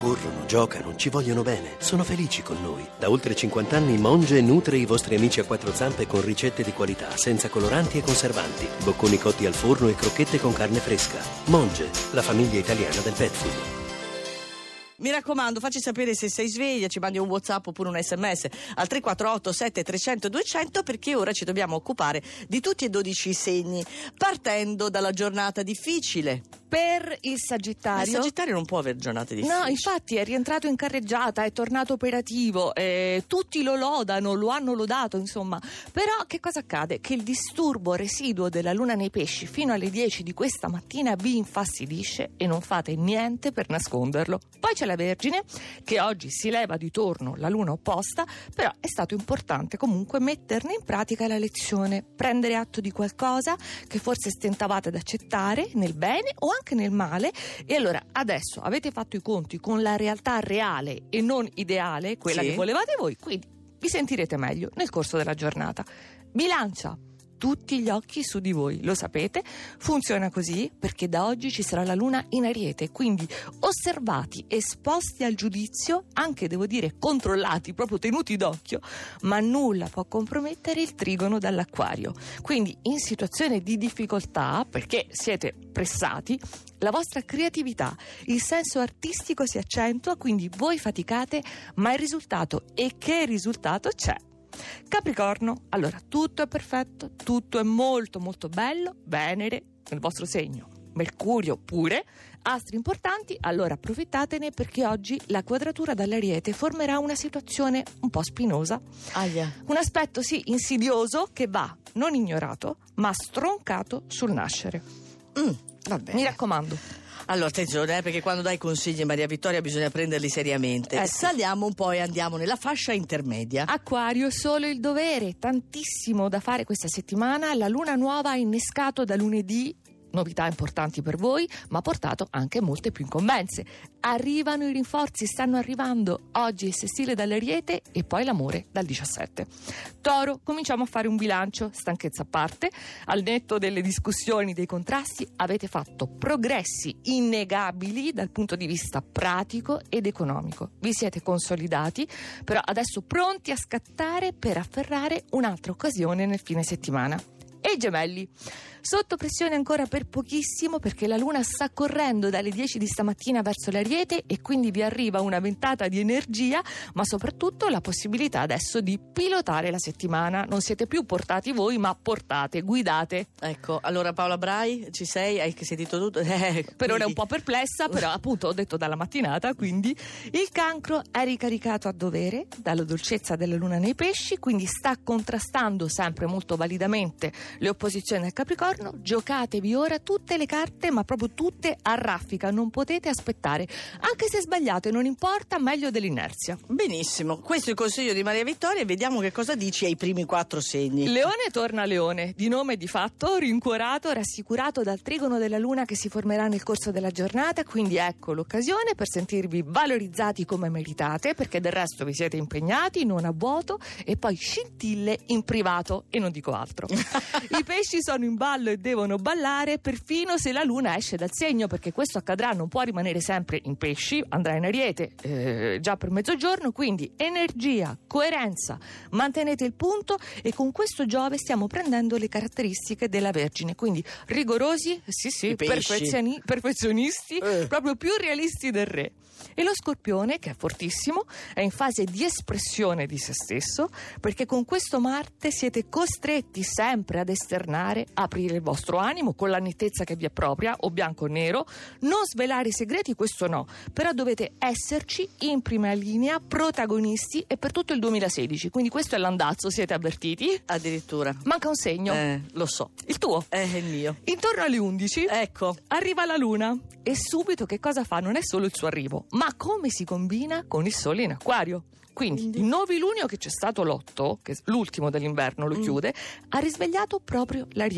Corrono, giocano, ci vogliono bene, sono felici con noi. Da oltre 50 anni Monge nutre i vostri amici a quattro zampe con ricette di qualità, senza coloranti e conservanti, bocconi cotti al forno e crocchette con carne fresca. Monge, la famiglia italiana del pet food. Mi raccomando, facci sapere se sei sveglia, ci mandi un WhatsApp oppure un SMS al 348 7300 200, perché ora ci dobbiamo occupare di tutti e 12 i segni, partendo dalla giornata difficile. Per il Sagittario. Il Sagittario non può avere giornate difficili. No, infatti è rientrato in carreggiata, è tornato operativo, tutti lo lodano, lo hanno lodato, insomma. Però che cosa accade? Che il disturbo residuo della luna nei pesci fino alle 10 di questa mattina vi infastidisce e non fate niente per nasconderlo. Poi c'è la Vergine, che oggi si leva di torno la luna opposta, però è stato importante comunque metterne in pratica la lezione, prendere atto di qualcosa che forse stentavate ad accettare nel bene o anche nel male, e allora adesso avete fatto i conti con la realtà reale e non ideale, quella che volevate voi, quindi vi sentirete meglio nel corso della giornata. Bilancia, tutti gli occhi su di voi, lo sapete, funziona così perché da oggi ci sarà la luna in Ariete, quindi osservati, esposti al giudizio, anche devo dire controllati, proprio tenuti d'occhio, ma nulla può compromettere il trigono dall'Acquario. Quindi in situazione di difficoltà, perché siete pressati, la vostra creatività, il senso artistico si accentua, quindi voi faticate, ma il risultato, e che risultato c'è? Capricorno, allora tutto è perfetto, tutto è molto molto bello, Venere nel vostro segno, Mercurio pure, astri importanti, allora approfittatene perché oggi la quadratura dall'Ariete formerà una situazione un po' spinosa. Un aspetto sì insidioso che va non ignorato ma stroncato sul nascere. Va bene. Mi raccomando. Allora attenzione, perché quando dai consigli Maria Vittoria bisogna prenderli seriamente. Saliamo un po' e andiamo nella fascia intermedia. Acquario, solo il dovere, tantissimo da fare questa settimana. La luna nuova ha innescato da lunedì novità importanti per voi, ma ha portato anche molte più incombenze. Arrivano i rinforzi, stanno arrivando oggi il sestile dall'Ariete e poi l'amore dal 17. Toro, cominciamo a fare un bilancio, stanchezza a parte, al netto delle discussioni, dei contrasti, avete fatto progressi innegabili dal punto di vista pratico ed economico. Vi siete consolidati, però adesso pronti a scattare per afferrare un'altra occasione nel fine settimana. E i Gemelli, sotto pressione ancora per pochissimo perché la luna sta correndo dalle 10 di stamattina verso l'Ariete e quindi vi arriva una ventata di energia, ma soprattutto la possibilità adesso di pilotare la settimana. Non siete più portati voi, ma portate, guidate. Ecco, allora Paola Brai, ci sei? Hai sentito tutto? Per ora è un po' perplessa, però appunto ho detto dalla mattinata, quindi il Cancro è ricaricato a dovere dalla dolcezza della luna nei pesci, quindi sta contrastando sempre molto validamente le opposizioni al Capricorno. Giocatevi ora tutte le carte, ma proprio tutte a raffica, non potete aspettare, anche se sbagliate non importa, meglio dell'inerzia. Benissimo, questo è il consiglio di Maria Vittoria, vediamo che cosa dici ai primi 4 segni. Leone torna Leone, di nome e di fatto, rincuorato, rassicurato dal trigono della luna che si formerà nel corso della giornata, quindi ecco l'occasione per sentirvi valorizzati come meritate, perché del resto vi siete impegnati, non a vuoto, e poi scintille in privato, e non dico altro. I pesci sono in ballo e devono ballare perfino se la luna esce dal segno, perché questo accadrà, non può rimanere sempre in pesci, andrà in Ariete già per mezzogiorno, quindi energia, coerenza, mantenete il punto, e con questo Giove stiamo prendendo le caratteristiche della Vergine, quindi rigorosi, sì, perfezionisti, proprio più realisti del Re. E lo Scorpione, che è fortissimo, è in fase di espressione di se stesso, perché con questo Marte siete costretti sempre ad esternare, aprire il vostro animo con la nettezza che vi appropria, o bianco o nero, non svelare i segreti, questo no, però dovete esserci in prima linea, protagonisti, e per tutto il 2016, quindi questo è l'andazzo, siete avvertiti? Addirittura. Manca un segno. Lo so. Il tuo? È il mio. Intorno alle 11 ecco arriva la luna e subito che cosa fa? Non è solo il suo arrivo, ma come si combina con il sole in Acquario. Quindi il novilunio che c'è stato l'8, che l'ultimo dell'inverno lo chiude, ha risvegliato proprio l'Ariete.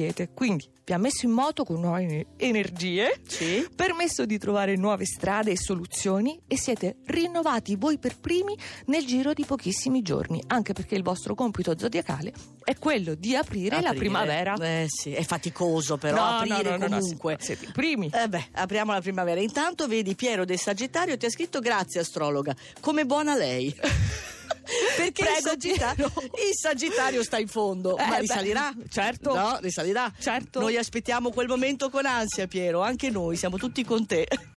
Quindi vi ha messo in moto con nuove energie, Sì. permesso di trovare nuove strade e soluzioni, e siete rinnovati voi per primi nel giro di pochissimi giorni, anche perché il vostro compito zodiacale è quello di aprire la primavera. Sì, è faticoso però No, aprire no, comunque. siete i primi. Apriamo la primavera. Intanto vedi Piero del Sagittario ti ha scritto: grazie astrologa, come buona lei. Perché Prego, il Sagittario sta in fondo, ma risalirà? Certo. No, risalirà. Certo. Noi aspettiamo quel momento con ansia, Piero, anche noi siamo tutti con te.